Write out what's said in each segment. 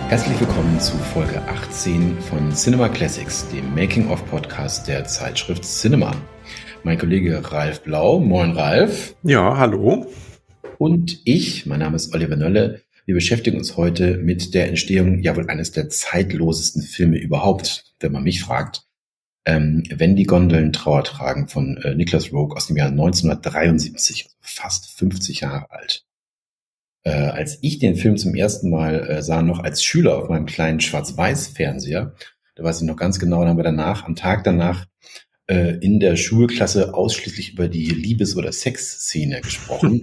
Herzlich willkommen zu Folge 18 von Cinema Classics, dem Making-of-Podcast der Zeitschrift Cinema. Mein Kollege Ralf Blau, moin Ralf. Ja, hallo. Und ich, mein Name ist Oliver Nölle. Wir beschäftigen uns heute mit der Entstehung, ja wohl eines der zeitlosesten Filme überhaupt, wenn man mich fragt. Wenn die Gondeln Trauer tragen von Nicholas Roeg aus dem Jahr 1973, fast 50 Jahre alt. Als ich den Film zum ersten Mal sah, noch als Schüler auf meinem kleinen Schwarz-Weiß-Fernseher, da weiß ich noch ganz genau, dann haben wir am Tag danach in der Schulklasse ausschließlich über die Liebes- oder Sexszene gesprochen.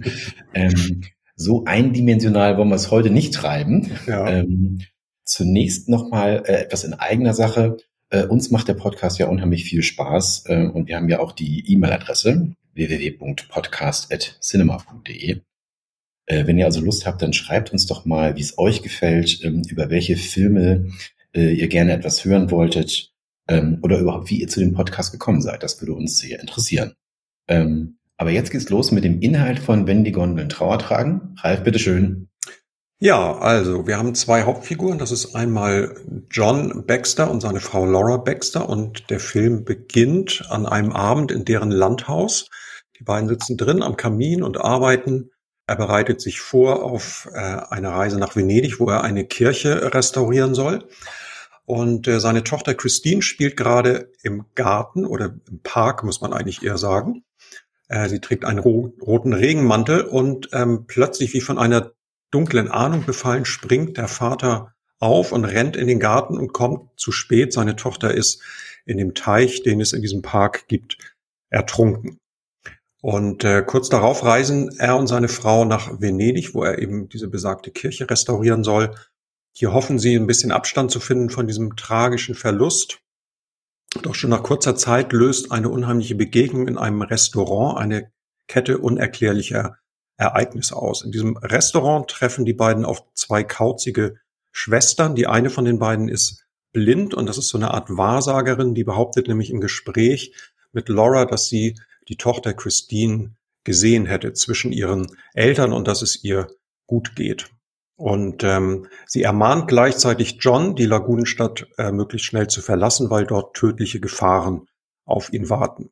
So eindimensional wollen wir es heute nicht treiben. Ja. Zunächst nochmal etwas in eigener Sache. Uns macht der Podcast ja unheimlich viel Spaß und wir haben ja auch die E-Mail-Adresse www.podcast@cinema.de. Wenn ihr also Lust habt, dann schreibt uns doch mal, wie es euch gefällt, über welche Filme ihr gerne etwas hören wolltet oder überhaupt, wie ihr zu dem Podcast gekommen seid. Das würde uns sehr interessieren. Aber jetzt geht's los mit dem Inhalt von Wenn die Gondeln Trauer tragen. Ralf, bitteschön. Ja, also wir haben zwei Hauptfiguren. Das ist einmal John Baxter und seine Frau Laura Baxter. Und der Film beginnt an einem Abend in deren Landhaus. Die beiden sitzen drin am Kamin und arbeiten. Er bereitet sich vor auf eine Reise nach Venedig, wo er eine Kirche restaurieren soll. Und seine Tochter Christine spielt gerade im Garten oder im Park, muss man eigentlich eher sagen. Sie trägt einen roten Regenmantel und plötzlich wie von einer dunklen Ahnung befallen springt der Vater auf und rennt in den Garten und kommt zu spät. Seine Tochter ist in dem Teich, den es in diesem Park gibt, ertrunken. Und kurz darauf reisen er und seine Frau nach Venedig, wo er eben diese besagte Kirche restaurieren soll. Hier hoffen sie, ein bisschen Abstand zu finden von diesem tragischen Verlust. Doch schon nach kurzer Zeit löst eine unheimliche Begegnung in einem Restaurant eine Kette unerklärlicher Ereignisse aus. In diesem Restaurant treffen die beiden auf zwei kauzige Schwestern. Die eine von den beiden ist blind und das ist so eine Art Wahrsagerin, die behauptet nämlich im Gespräch mit Laura, dass sie die Tochter Christine gesehen hätte zwischen ihren Eltern und dass es ihr gut geht. Und sie ermahnt gleichzeitig John, die Lagunenstadt möglichst schnell zu verlassen, weil dort tödliche Gefahren auf ihn warten.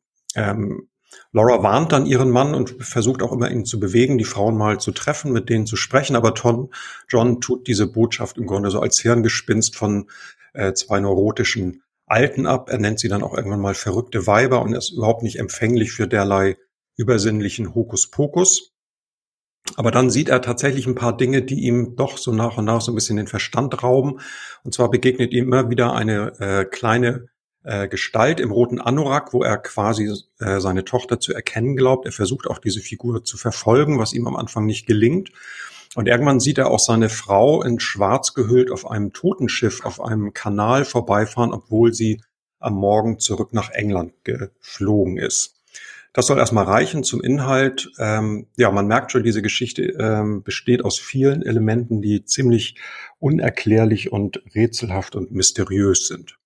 Laura warnt dann ihren Mann und versucht auch immer, ihn zu bewegen, die Frauen mal zu treffen, mit denen zu sprechen. Aber John tut diese Botschaft im Grunde so als Hirngespinst von zwei neurotischen Alten ab. Er nennt sie dann auch irgendwann mal verrückte Weiber und ist überhaupt nicht empfänglich für derlei übersinnlichen Hokuspokus. Aber dann sieht er tatsächlich ein paar Dinge, die ihm doch so nach und nach so ein bisschen den Verstand rauben. Und zwar begegnet ihm immer wieder eine kleine Gestalt im roten Anorak, wo er quasi seine Tochter zu erkennen glaubt. Er versucht auch diese Figur zu verfolgen, was ihm am Anfang nicht gelingt. Und irgendwann sieht er auch seine Frau in Schwarz gehüllt auf einem Totenschiff auf einem Kanal vorbeifahren, obwohl sie am Morgen zurück nach England geflogen ist. Das soll erstmal reichen zum Inhalt. Ja, man merkt schon, diese Geschichte besteht aus vielen Elementen, die ziemlich unerklärlich und rätselhaft und mysteriös sind.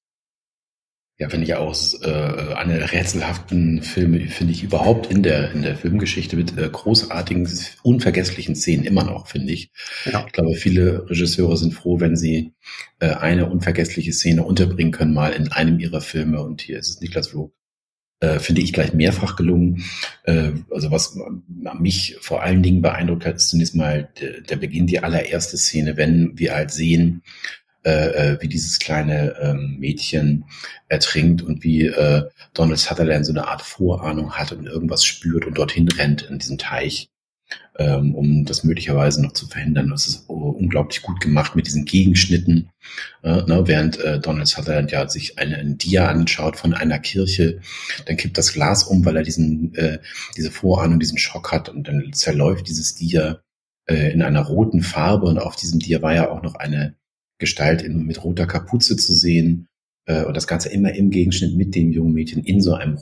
Ja, finde ich auch eine der rätselhaften Filme, finde ich überhaupt in der Filmgeschichte mit großartigen, unvergesslichen Szenen immer noch, finde ich. Ja. Ich glaube, viele Regisseure sind froh, wenn sie eine unvergessliche Szene unterbringen können, mal in einem ihrer Filme. Und hier ist es Nicholas Roeg. Finde ich gleich mehrfach gelungen. Also was mich vor allen Dingen beeindruckt hat, ist zunächst mal der Beginn, die allererste Szene, wenn wir halt sehen, wie dieses kleine Mädchen ertrinkt und wie Donald Sutherland so eine Art Vorahnung hat und irgendwas spürt und dorthin rennt in diesem Teich, um das möglicherweise noch zu verhindern. Das ist unglaublich gut gemacht mit diesen Gegenschnitten, während Donald Sutherland ja sich einen Dia anschaut von einer Kirche, dann kippt das Glas um, weil er diese Vorahnung, diesen Schock hat und dann zerläuft dieses Dia in einer roten Farbe und auf diesem Dia war ja auch noch eine Gestalt mit roter Kapuze zu sehen und das Ganze immer im Gegenschnitt mit dem jungen Mädchen in so einem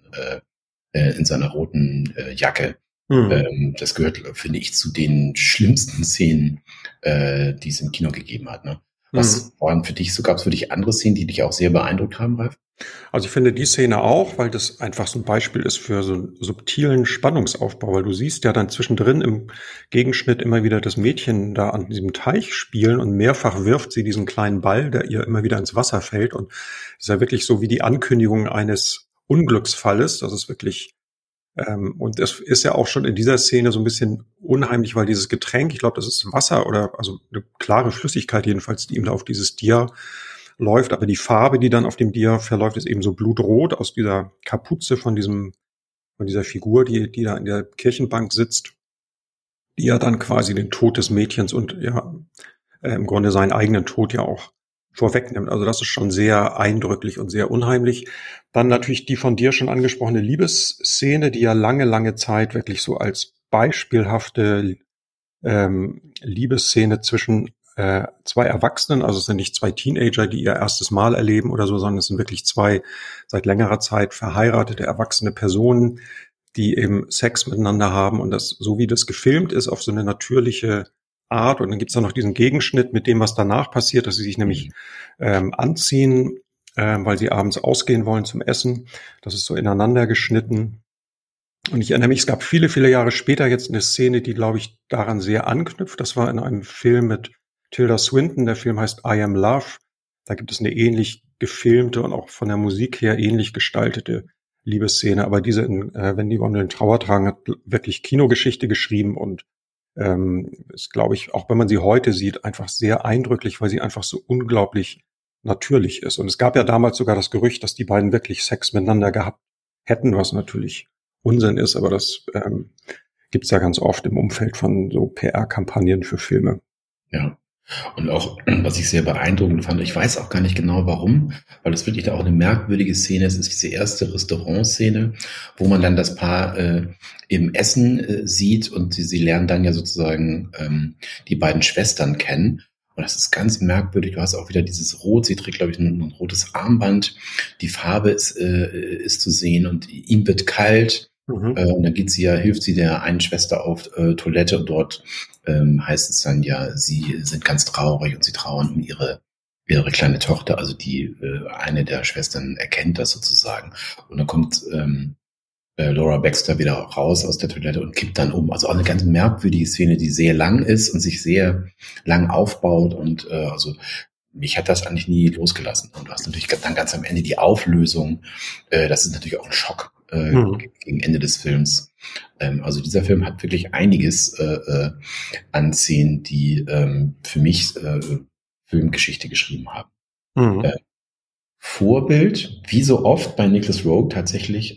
in seiner roten Jacke. Das gehört, finde ich, zu den schlimmsten Szenen, die es im Kino gegeben hat. Ne? Was waren für dich, gab es für dich andere Szenen, die dich auch sehr beeindruckt haben, Ralf? Also ich finde die Szene auch, weil das einfach so ein Beispiel ist für so einen subtilen Spannungsaufbau, weil du siehst ja dann zwischendrin im Gegenschnitt immer wieder das Mädchen da an diesem Teich spielen und mehrfach wirft sie diesen kleinen Ball, der ihr immer wieder ins Wasser fällt, und ist ja wirklich so wie die Ankündigung eines Unglücksfalles. Das ist wirklich und es ist ja auch schon in dieser Szene so ein bisschen unheimlich, weil dieses Getränk, ich glaube, das ist Wasser oder also eine klare Flüssigkeit jedenfalls, die ihm da auf dieses Dia läuft, aber die Farbe, die dann auf dem Dia verläuft, ist eben so blutrot aus dieser Kapuze von dieser Figur, die da in der Kirchenbank sitzt, die ja dann quasi den Tod des Mädchens und ja im Grunde seinen eigenen Tod ja auch vorwegnimmt. Also das ist schon sehr eindrücklich und sehr unheimlich. Dann natürlich die von dir schon angesprochene Liebesszene, die ja lange, lange Zeit wirklich so als beispielhafte Liebesszene zwischen zwei Erwachsenen, also es sind nicht zwei Teenager, die ihr erstes Mal erleben oder so, sondern es sind wirklich zwei seit längerer Zeit verheiratete, erwachsene Personen, die eben Sex miteinander haben, und das, so wie das gefilmt ist, auf so eine natürliche Art. Und dann gibt's dann noch diesen Gegenschnitt mit dem, was danach passiert, dass sie sich nämlich anziehen, weil sie abends ausgehen wollen zum Essen. Das ist so ineinander geschnitten. Und ich erinnere mich, es gab viele, viele Jahre später jetzt eine Szene, die, glaube ich, daran sehr anknüpft. Das war in einem Film mit Tilda Swinton. Der Film heißt I Am Love. Da gibt es eine ähnlich gefilmte und auch von der Musik her ähnlich gestaltete Liebesszene. Aber diese, wenn die Gondel den Trauer tragen, hat wirklich Kinogeschichte geschrieben und ist, glaube ich, auch wenn man sie heute sieht, einfach sehr eindrücklich, weil sie einfach so unglaublich natürlich ist. Und es gab ja damals sogar das Gerücht, dass die beiden wirklich Sex miteinander gehabt hätten, was natürlich Unsinn ist, aber das gibt's ja ganz oft im Umfeld von so PR-Kampagnen für Filme. Ja. Und auch, was ich sehr beeindruckend fand, ich weiß auch gar nicht genau warum, weil das wirklich auch eine merkwürdige Szene ist, ist diese erste Restaurantszene, wo man dann das Paar im Essen sieht und sie lernen dann ja sozusagen die beiden Schwestern kennen. Und das ist ganz merkwürdig. Du hast auch wieder dieses Rot. Sie trägt, glaube ich, ein rotes Armband. Die Farbe ist zu sehen und ihm wird kalt. Und dann hilft sie der einen Schwester auf Toilette, und dort heißt es dann ja, sie sind ganz traurig und sie trauern um ihre kleine Tochter. Also die eine der Schwestern erkennt das sozusagen. Und dann kommt Laura Baxter wieder raus aus der Toilette und kippt dann um. Also auch eine ganz merkwürdige Szene, die sehr lang ist und sich sehr lang aufbaut. Und also mich hat das eigentlich nie losgelassen. Und du hast natürlich dann ganz am Ende die Auflösung. Das ist natürlich auch ein Schock gegen Ende des Films. Also dieser Film hat wirklich einiges an Szenen, die für mich Filmgeschichte geschrieben haben. Vorbild, wie so oft bei Nicholas Roeg, tatsächlich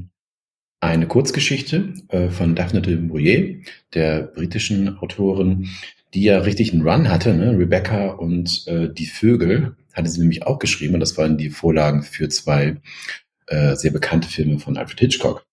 eine Kurzgeschichte von Daphne du Maurier, der britischen Autorin, die ja richtig einen Run hatte, ne? Rebecca und die Vögel hatte sie nämlich auch geschrieben, und das waren die Vorlagen für zwei sehr bekannte Filme von Alfred Hitchcock.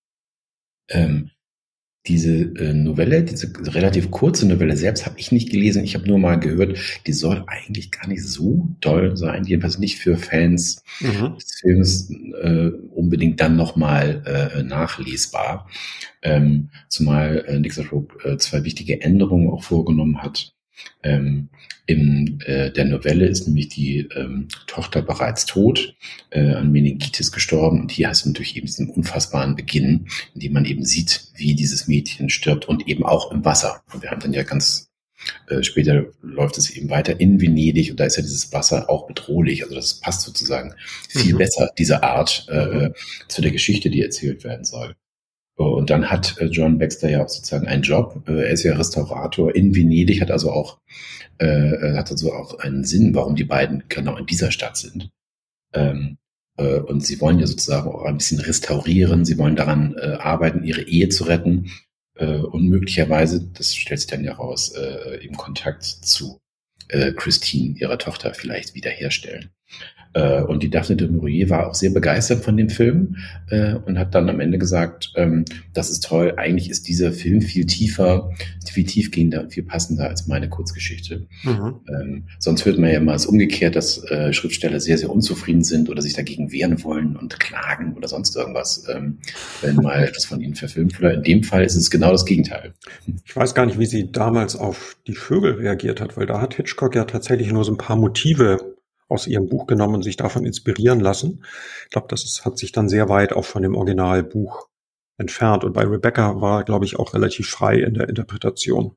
Diese Novelle, diese relativ kurze Novelle selbst habe ich nicht gelesen. Ich habe nur mal gehört, die soll eigentlich gar nicht so doll sein. Jedenfalls nicht für Fans des Films unbedingt dann nochmal nachlesbar. Zumal Nicholas Roeg zwei wichtige Änderungen auch vorgenommen hat. In der Novelle ist nämlich die Tochter bereits tot, an Meningitis gestorben, und hier hast du natürlich eben diesen unfassbaren Beginn, in dem man eben sieht, wie dieses Mädchen stirbt, und eben auch im Wasser. Und wir haben dann ja ganz später läuft es eben weiter in Venedig, und da ist ja dieses Wasser auch bedrohlich. Also das passt sozusagen viel besser, diese Art, zu der Geschichte, die erzählt werden soll. Und dann hat John Baxter ja auch sozusagen einen Job. Er ist ja Restaurator in Venedig, hat also auch einen Sinn, warum die beiden genau in dieser Stadt sind. Und sie wollen ja sozusagen auch ein bisschen restaurieren. Sie wollen daran arbeiten, ihre Ehe zu retten. Und möglicherweise, das stellt sich dann ja raus, im Kontakt zu Christine, ihrer Tochter, vielleicht wiederherstellen. Und die Daphne du Maurier war auch sehr begeistert von dem Film und hat dann am Ende gesagt, das ist toll, eigentlich ist dieser Film viel tiefer, viel tiefgehender und viel passender als meine Kurzgeschichte. Sonst hört man ja mal es umgekehrt, dass Schriftsteller sehr, sehr unzufrieden sind oder sich dagegen wehren wollen und klagen oder sonst irgendwas, wenn mal etwas von ihnen verfilmt wurde. In dem Fall ist es genau das Gegenteil. Ich weiß gar nicht, wie sie damals auf die Vögel reagiert hat, weil da hat Hitchcock ja tatsächlich nur so ein paar Motive aus ihrem Buch genommen und sich davon inspirieren lassen. Ich glaube, hat sich dann sehr weit auch von dem Originalbuch entfernt. Und bei Rebecca war, glaube ich, auch relativ frei in der Interpretation.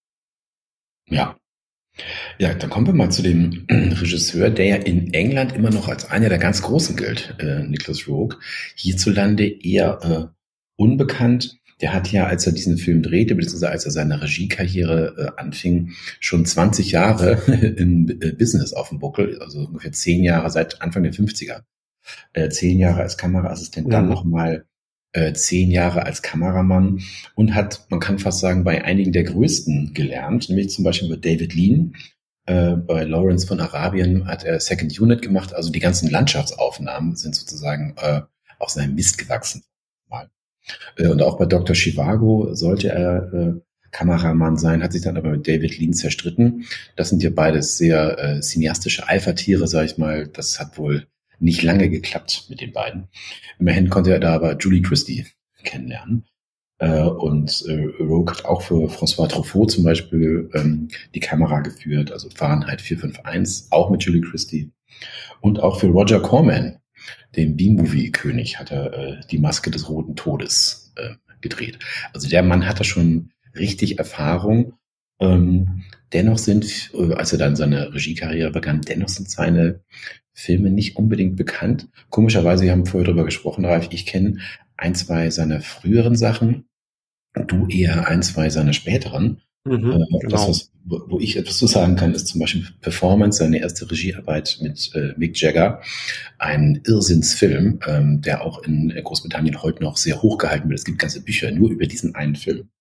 Ja. Ja, dann kommen wir mal zu dem Regisseur, der ja in England immer noch als einer der ganz Großen gilt, Nicholas Roeg. Hierzulande eher unbekannt. Der hat ja, als er diesen Film drehte, beziehungsweise als er seine Regiekarriere anfing, schon 20 Jahre im Business auf dem Buckel, also ungefähr 10 Jahre seit Anfang der 50er. 10 Jahre als Kameraassistent, dann nochmal 10 Jahre als Kameramann und hat, man kann fast sagen, bei einigen der Größten gelernt, nämlich zum Beispiel bei David Lean. Bei Lawrence von Arabien hat er Second Unit gemacht, also die ganzen Landschaftsaufnahmen sind sozusagen aus seinem Mist gewachsen. Und auch bei Dr. Zhivago sollte er Kameramann sein, hat sich dann aber mit David Lean zerstritten. Das sind ja beides sehr cineastische Alpha-Tiere, sag ich mal. Das hat wohl nicht lange geklappt mit den beiden. Immerhin konnte er da aber Julie Christie kennenlernen. Und Roeg hat auch für François Truffaut zum Beispiel die Kamera geführt, also Fahrenheit 451, auch mit Julie Christie. Und auch für Roger Corman, dem B-Movie-König, hat er die Maske des Roten Todes gedreht. Also der Mann hatte schon richtig Erfahrung. Dennoch sind, als er dann seine Regiekarriere begann, dennoch sind seine Filme nicht unbedingt bekannt. Komischerweise, wir haben vorher drüber gesprochen, Ralf, ich kenne 1, 2 seiner früheren Sachen, du eher 1, 2 seiner späteren. Genau. Das, wo ich etwas zu sagen kann, ist zum Beispiel Performance, seine erste Regiearbeit mit Mick Jagger. Ein Irrsinnsfilm, der auch in Großbritannien heute noch sehr hochgehalten wird. Es gibt ganze Bücher nur über diesen einen Film.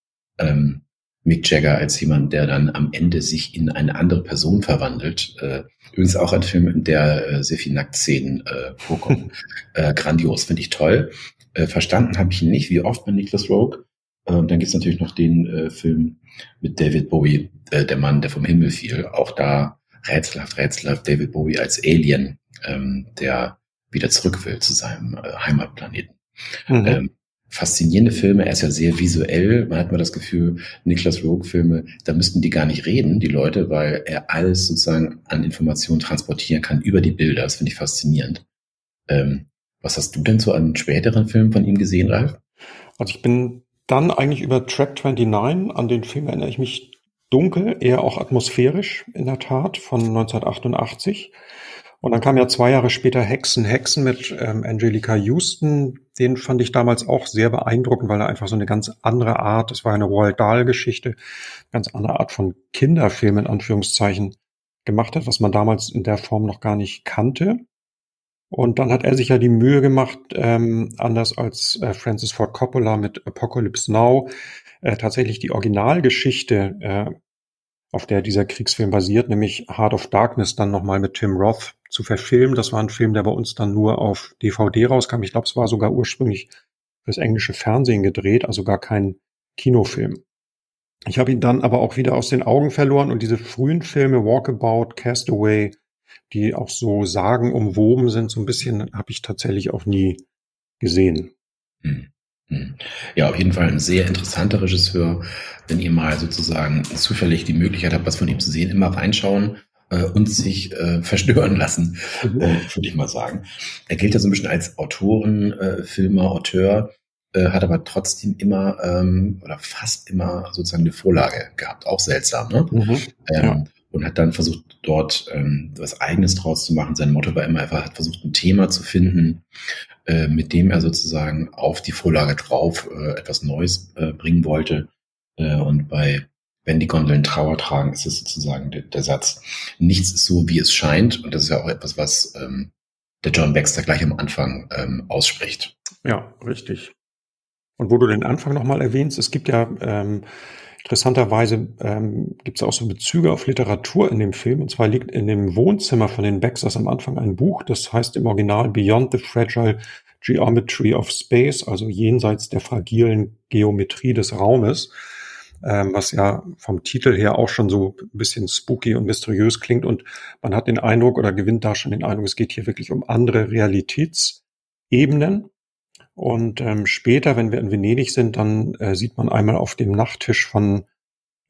Mick Jagger als jemand, der dann am Ende sich in eine andere Person verwandelt. Übrigens auch ein Film, in der sehr viel Nacktszenen vorkommen. Grandios, finde ich toll. Verstanden habe ich ihn nicht, wie oft bei Nicholas Roeg. Dann gibt es natürlich noch den Film mit David Bowie, der Mann, der vom Himmel fiel. Auch da rätselhaft David Bowie als Alien, der wieder zurück will zu seinem Heimatplaneten. Faszinierende Filme, er ist ja sehr visuell. Man hat mal das Gefühl, Nicholas Roeg-Filme, da müssten die gar nicht reden, die Leute, weil er alles sozusagen an Informationen transportieren kann über die Bilder. Das finde ich faszinierend. Was hast du denn so an späteren Filmen von ihm gesehen, Ralf? Also ich bin dann eigentlich über Track 29, an den Film erinnere ich mich dunkel, eher auch atmosphärisch in der Tat, von 1988. Und dann kam ja 2 Jahre später Hexen mit Angelica Houston. Den fand ich damals auch sehr beeindruckend, weil er einfach so eine ganz andere Art, das war eine Roald Dahl-Geschichte, ganz andere Art von Kinderfilm in Anführungszeichen gemacht hat, was man damals in der Form noch gar nicht kannte. Und dann hat er sich ja die Mühe gemacht, anders als Francis Ford Coppola mit Apocalypse Now, tatsächlich die Originalgeschichte, auf der dieser Kriegsfilm basiert, nämlich Heart of Darkness, dann nochmal mit Tim Roth zu verfilmen. Das war ein Film, der bei uns dann nur auf DVD rauskam. Ich glaube, es war sogar ursprünglich fürs englische Fernsehen gedreht, also gar kein Kinofilm. Ich habe ihn dann aber auch wieder aus den Augen verloren und diese frühen Filme, Walkabout, Castaway, die auch so sagenumwoben sind, so ein bisschen, habe ich tatsächlich auch nie gesehen. Ja, auf jeden Fall ein sehr interessanter Regisseur. Wenn ihr mal sozusagen zufällig die Möglichkeit habt, was von ihm zu sehen, immer reinschauen und sich verstören lassen, würde ich mal sagen. Er gilt ja so ein bisschen als Filmer, Auteur, hat aber trotzdem immer oder fast immer sozusagen eine Vorlage gehabt. Auch seltsam, ne? Ja. Und hat dann versucht, dort was Eigenes draus zu machen. Sein Motto war immer, er hat versucht, ein Thema zu finden, mit dem er sozusagen auf die Vorlage drauf etwas Neues bringen wollte. Und bei Wenn die Gondeln Trauer tragen, ist es sozusagen der Satz, nichts ist so, wie es scheint. Und das ist ja auch etwas, was der John Baxter gleich am Anfang ausspricht. Ja, richtig. Und wo du den Anfang nochmal erwähnst, es gibt ja interessanterweise gibt es auch so Bezüge auf Literatur in dem Film. Und zwar liegt in dem Wohnzimmer von den Baxters am Anfang ein Buch, das heißt im Original Beyond the Fragile Geometry of Space, also jenseits der fragilen Geometrie des Raumes, was ja vom Titel her auch schon so ein bisschen spooky und mysteriös klingt. Und man hat den Eindruck oder gewinnt da schon den Eindruck, es geht hier wirklich um andere Realitätsebenen. Und später, wenn wir in Venedig sind, dann sieht man einmal auf dem Nachttisch von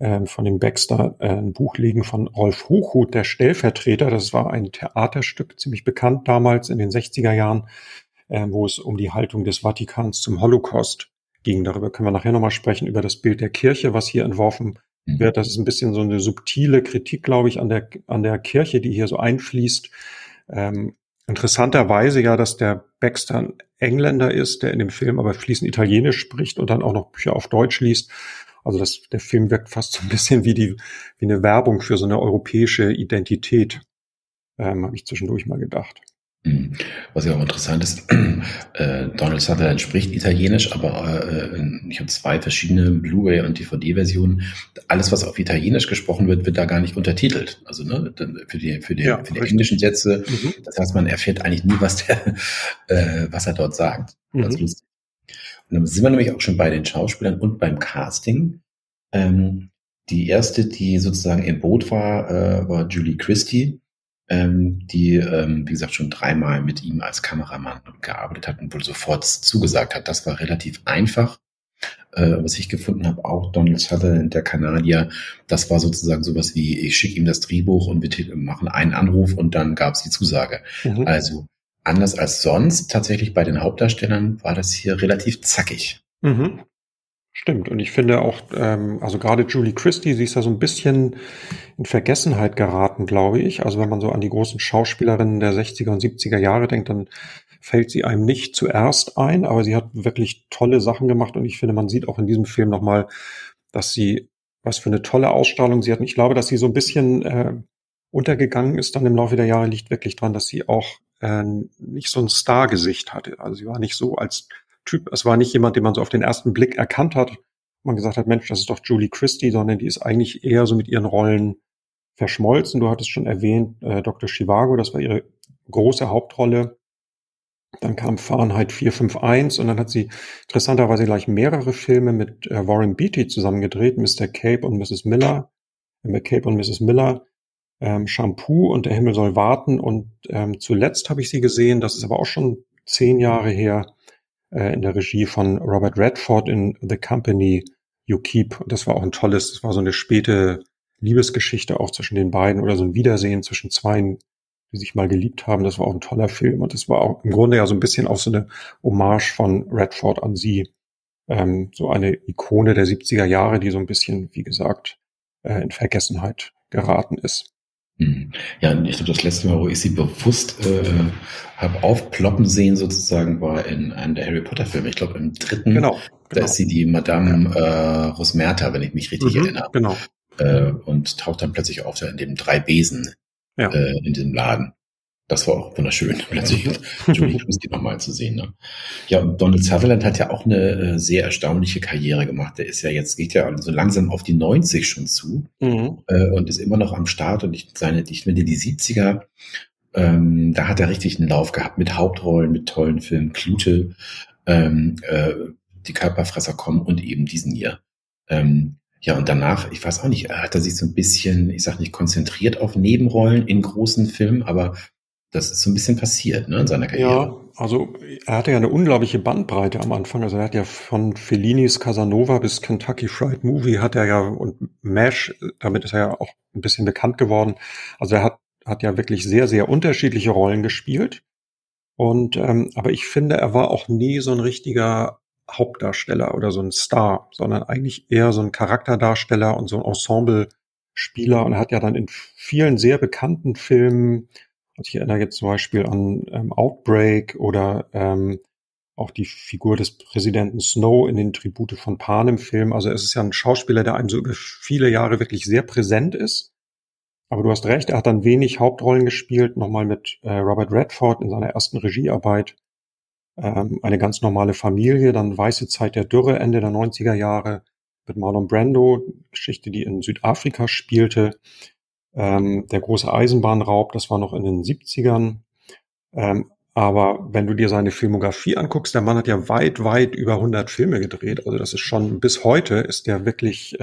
von dem Baxter ein Buch liegen von Rolf Hochhuth, der Stellvertreter. Das war ein Theaterstück, ziemlich bekannt damals in den 60er Jahren, wo es um die Haltung des Vatikans zum Holocaust ging. Darüber können wir nachher nochmal sprechen, über das Bild der Kirche, was hier entworfen wird. Das ist ein bisschen so eine subtile Kritik, glaube ich, an der Kirche, die hier so einfließt. Interessanterweise ja, dass der Baxter ein Engländer ist, der in dem Film aber fließend Italienisch spricht und dann auch noch Bücher auf Deutsch liest. Also der Film wirkt fast so ein bisschen wie eine Werbung für so eine europäische Identität, habe ich zwischendurch mal gedacht. Was ja auch interessant ist, Donald Sutherland spricht Italienisch, aber ich habe 2 verschiedene Blu-ray- und DVD-Versionen. Alles, was auf Italienisch gesprochen wird, wird da gar nicht untertitelt. Also für die englischen Sätze. Das heißt, man erfährt eigentlich nie, was er dort sagt. Ganz lustig. Und dann sind wir nämlich auch schon bei den Schauspielern und beim Casting. Die erste, die sozusagen im Boot war Julie Christie, die, wie gesagt, schon 3-mal mit ihm als Kameramann gearbeitet hat und wohl sofort zugesagt hat. Das war relativ einfach. Was ich gefunden habe, auch Donald Sutherland, der Kanadier, das war sozusagen sowas wie, ich schicke ihm das Drehbuch und wir machen einen Anruf und dann gab es die Zusage. Also anders als sonst, tatsächlich bei den Hauptdarstellern war das hier relativ zackig. Stimmt. Und ich finde auch, also gerade Julie Christie, sie ist ja so ein bisschen in Vergessenheit geraten, glaube ich. Also wenn man so an die großen Schauspielerinnen der 60er und 70er Jahre denkt, dann fällt sie einem nicht zuerst ein, aber sie hat wirklich tolle Sachen gemacht und ich finde, man sieht auch in diesem Film nochmal, was für eine tolle Ausstrahlung sie hat. Und ich glaube, dass sie so ein bisschen untergegangen ist dann im Laufe der Jahre, liegt wirklich dran, dass sie auch nicht so ein Star-Gesicht hatte. Also sie war nicht so als Typ, es war nicht jemand, den man so auf den ersten Blick erkannt hat. Man gesagt hat, Mensch, das ist doch Julie Christie, sondern die ist eigentlich eher so mit ihren Rollen verschmolzen. Du hattest schon erwähnt, Dr. Zhivago, das war ihre große Hauptrolle. Dann kam Fahrenheit 451 und dann hat sie interessanterweise gleich mehrere Filme mit Warren Beatty zusammen gedreht, Mr. Cape und Mrs. Miller, Shampoo und Der Himmel soll warten und zuletzt habe ich sie gesehen, das ist aber auch schon 10 Jahre her, in der Regie von Robert Redford in The Company You Keep. Und das war auch das war so eine späte Liebesgeschichte auch zwischen den beiden oder so ein Wiedersehen zwischen Zweien, die sich mal geliebt haben. Das war auch ein toller Film und das war auch im Grunde ja so ein bisschen auch so eine Hommage von Redford an sie. So eine Ikone der 70er Jahre, die so ein bisschen, wie gesagt, in Vergessenheit geraten ist. Ja, ich glaube, das letzte Mal, wo ich sie bewusst habe aufploppen sehen, sozusagen, war in einem der Harry Potter Filme. Ich glaube, im 3. Genau. Da ist sie die Madame Rosmerta, wenn ich mich richtig erinnere. Genau. Und taucht dann plötzlich auf da in dem 3 Besen in diesem Laden. Das war auch wunderschön, plötzlich Julie Christie nochmal zu sehen. Ne? Ja, und Donald Sutherland hat ja auch eine sehr erstaunliche Karriere gemacht. Der ist ja jetzt, geht ja so langsam auf die 90 schon zu und ist immer noch am Start. Und ich finde, die 70er, da hat er richtig einen Lauf gehabt mit Hauptrollen, mit tollen Filmen, Klute, Die Körperfresser kommen und eben diesen hier. Ja, und danach, ich weiß auch nicht, hat er sich so ein bisschen, ich sag nicht konzentriert auf Nebenrollen in großen Filmen, aber das ist so ein bisschen passiert, ne, in seiner Karriere. Ja, also er hatte ja eine unglaubliche Bandbreite am Anfang. Also er hat ja von Fellinis Casanova bis Kentucky Fried Movie hat er ja und MASH, damit ist er ja auch ein bisschen bekannt geworden. Also er hat ja wirklich sehr, sehr unterschiedliche Rollen gespielt. Und aber ich finde, er war auch nie so ein richtiger Hauptdarsteller oder so ein Star, sondern eigentlich eher so ein Charakterdarsteller und so ein Ensemble-Spieler. Und er hat ja dann in vielen sehr bekannten Filmen, also ich erinnere jetzt zum Beispiel an Outbreak oder auch die Figur des Präsidenten Snow in den Tribute von Panem-Film. Also es ist ja ein Schauspieler, der einem so über viele Jahre wirklich sehr präsent ist. Aber du hast recht, er hat dann wenig Hauptrollen gespielt, nochmal mit Robert Redford in seiner ersten Regiearbeit. Eine ganz normale Familie, dann Weiße Zeit der Dürre, Ende der 90er Jahre mit Marlon Brando, Geschichte, die in Südafrika spielte. Der große Eisenbahnraub, das war noch in den 70ern. Aber wenn du dir seine Filmografie anguckst, der Mann hat ja weit, weit über 100 Filme gedreht. Also das ist schon, bis heute ist der wirklich,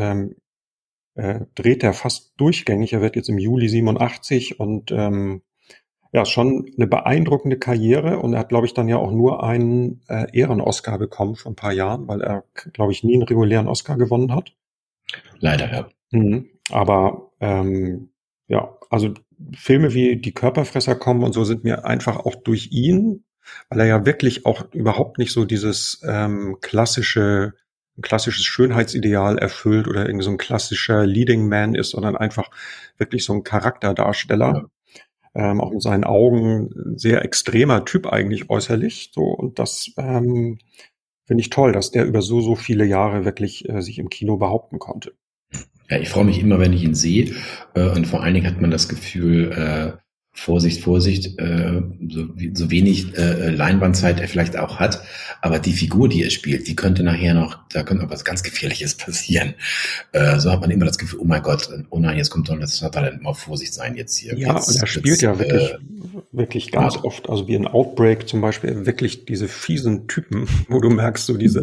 dreht er fast durchgängig. Er wird jetzt im Juli 87 und ja, schon eine beeindruckende Karriere. Und er hat, glaube ich, dann ja auch nur einen Ehren-Oscar bekommen vor ein paar Jahren, weil er, glaube ich, nie einen regulären Oscar gewonnen hat. Leider, ja. Aber ja, also Filme wie Die Körperfresser kommen und so sind mir einfach auch durch ihn, weil er ja wirklich auch überhaupt nicht so dieses klassisches Schönheitsideal erfüllt oder irgendwie so ein klassischer Leading Man ist, sondern einfach wirklich so ein Charakterdarsteller. Ja. Auch mit seinen Augen ein sehr extremer Typ eigentlich äußerlich. So, und das finde ich toll, dass der über so viele Jahre wirklich sich im Kino behaupten konnte. Ja, ich freue mich immer, wenn ich ihn sehe. Und vor allen Dingen hat man das Gefühl, Vorsicht, Vorsicht, so wenig Leinwandzeit er vielleicht auch hat. Aber die Figur, die er spielt, die könnte nachher noch, da könnte noch was ganz Gefährliches passieren. So hat man immer das Gefühl, oh mein Gott, oh nein, jetzt kommt Donald Sutherland, mal Vorsicht sein jetzt hier. Ja, jetzt, und er spielt ja wirklich ganz hart. oft, also wie in Outbreak zum Beispiel, wirklich diese fiesen Typen, wo du merkst, so die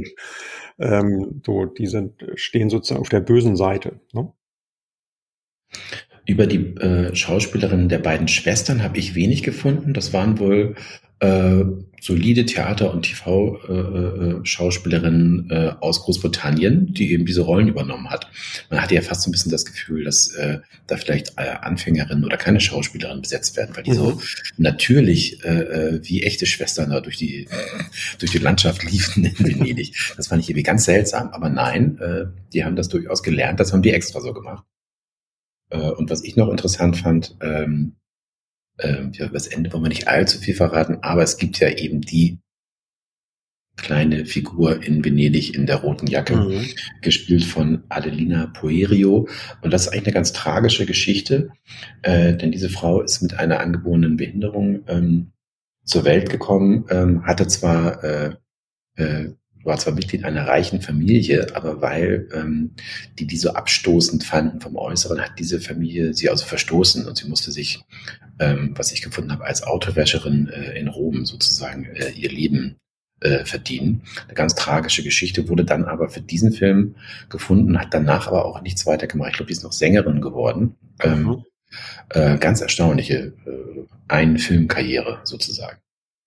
stehen sozusagen auf der bösen Seite. Ne? Über die Schauspielerinnen der beiden Schwestern habe ich wenig gefunden. Das waren wohl solide Theater- und TV-Schauspielerinnen aus Großbritannien, die eben diese Rollen übernommen hat. Man hatte ja fast so ein bisschen das Gefühl, dass da vielleicht Anfängerinnen oder keine Schauspielerinnen besetzt werden, weil die so natürlich wie echte Schwestern da durch die Landschaft liefen in Venedig. Das fand ich irgendwie ganz seltsam. Aber nein, die haben das durchaus gelernt. Das haben die extra so gemacht. Und was ich noch interessant fand, ja, das Ende wollen wir nicht allzu viel verraten, aber es gibt ja eben die kleine Figur in Venedig in der roten Jacke, gespielt von Adelina Poerio. Und das ist eigentlich eine ganz tragische Geschichte, denn diese Frau ist mit einer angeborenen Behinderung zur Welt gekommen, war zwar Mitglied einer reichen Familie, aber weil die so abstoßend fanden vom Äußeren, hat diese Familie sie also verstoßen und sie musste sich, was ich gefunden habe, als Autowäscherin in Rom sozusagen ihr Leben verdienen. Eine ganz tragische Geschichte, wurde dann aber für diesen Film gefunden, hat danach aber auch nichts weiter gemacht. Ich glaube, die ist noch Sängerin geworden. Ganz erstaunliche Ein-Film-Karriere sozusagen.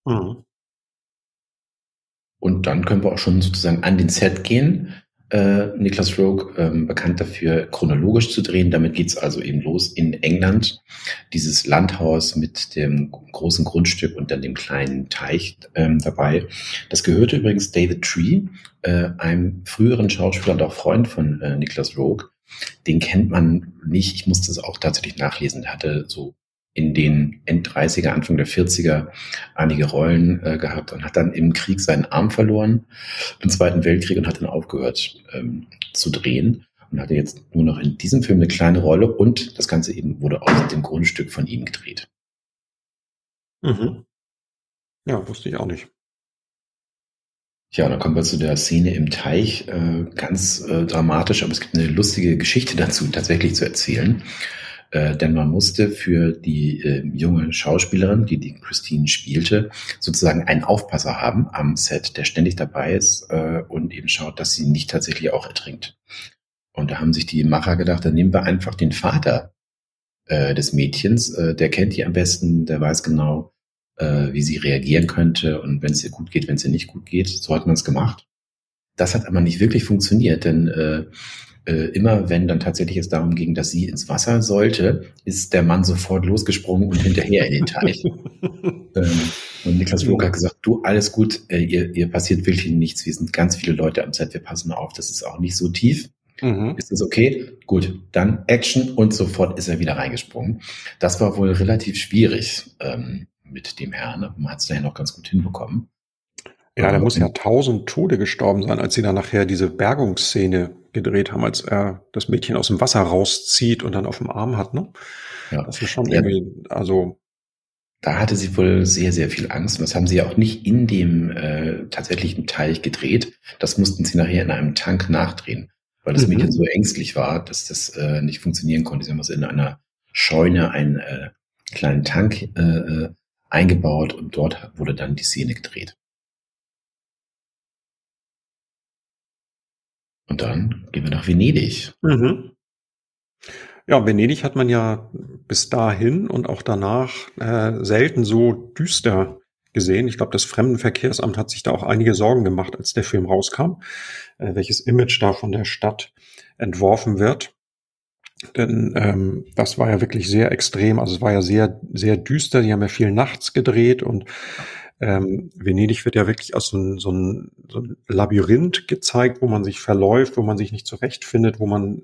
Und dann können wir auch schon sozusagen an den Set gehen. Nicholas Roeg, bekannt dafür, chronologisch zu drehen. Damit geht's also eben los in England. Dieses Landhaus mit dem großen Grundstück und dann dem kleinen Teich dabei. Das gehörte übrigens David Tree, einem früheren Schauspieler und auch Freund von Nicholas Roeg. Den kennt man nicht. Ich musste es auch tatsächlich nachlesen. Der hatte so in den End-30er, Anfang der 40er einige Rollen gehabt und hat dann im Krieg seinen Arm verloren, im Zweiten Weltkrieg, und hat dann aufgehört zu drehen und hatte jetzt nur noch in diesem Film eine kleine Rolle, und das Ganze eben wurde aus dem Grundstück von ihm gedreht. Ja, wusste ich auch nicht. Ja, und dann kommen wir zu der Szene im Teich. Ganz dramatisch, aber es gibt eine lustige Geschichte dazu tatsächlich zu erzählen. Denn man musste für die junge Schauspielerin, die Christine spielte, sozusagen einen Aufpasser haben am Set, der ständig dabei ist und eben schaut, dass sie nicht tatsächlich auch ertrinkt. Und da haben sich die Macher gedacht, dann nehmen wir einfach den Vater des Mädchens, der kennt die am besten, der weiß genau, wie sie reagieren könnte und wenn es ihr gut geht, wenn es ihr nicht gut geht. So hat man es gemacht. Das hat aber nicht wirklich funktioniert, denn immer wenn dann tatsächlich es darum ging, dass sie ins Wasser sollte, ist der Mann sofort losgesprungen und hinterher in den Teich. Und Nicholas Roeg hat gesagt, du, alles gut, ihr passiert wirklich nichts. Wir sind ganz viele Leute am Set, wir passen auf, das ist auch nicht so tief. Ist das okay? Gut, dann Action, und sofort ist er wieder reingesprungen. Das war wohl relativ schwierig mit dem Herrn, aber man hat es daher noch ganz gut hinbekommen. Ja, der muss ja 1000 Tode gestorben sein, als sie dann nachher diese Bergungsszene gedreht haben, als er das Mädchen aus dem Wasser rauszieht und dann auf dem Arm hat, ne? Ja. Das ist schon irgendwie, also. Da hatte sie wohl sehr, sehr viel Angst, und das haben sie ja auch nicht in dem tatsächlichen Teich gedreht. Das mussten sie nachher in einem Tank nachdrehen, weil das Mädchen so ängstlich war, dass das nicht funktionieren konnte. Sie haben also in einer Scheune einen kleinen Tank eingebaut, und dort wurde dann die Szene gedreht. Und dann gehen wir nach Venedig. Ja, Venedig hat man ja bis dahin und auch danach selten so düster gesehen. Ich glaube, das Fremdenverkehrsamt hat sich da auch einige Sorgen gemacht, als der Film rauskam, welches Image da von der Stadt entworfen wird. Denn das war ja wirklich sehr extrem. Also es war ja sehr, sehr düster. Die haben ja viel nachts gedreht und Venedig wird ja wirklich als so ein Labyrinth gezeigt, wo man sich verläuft, wo man sich nicht zurechtfindet, wo man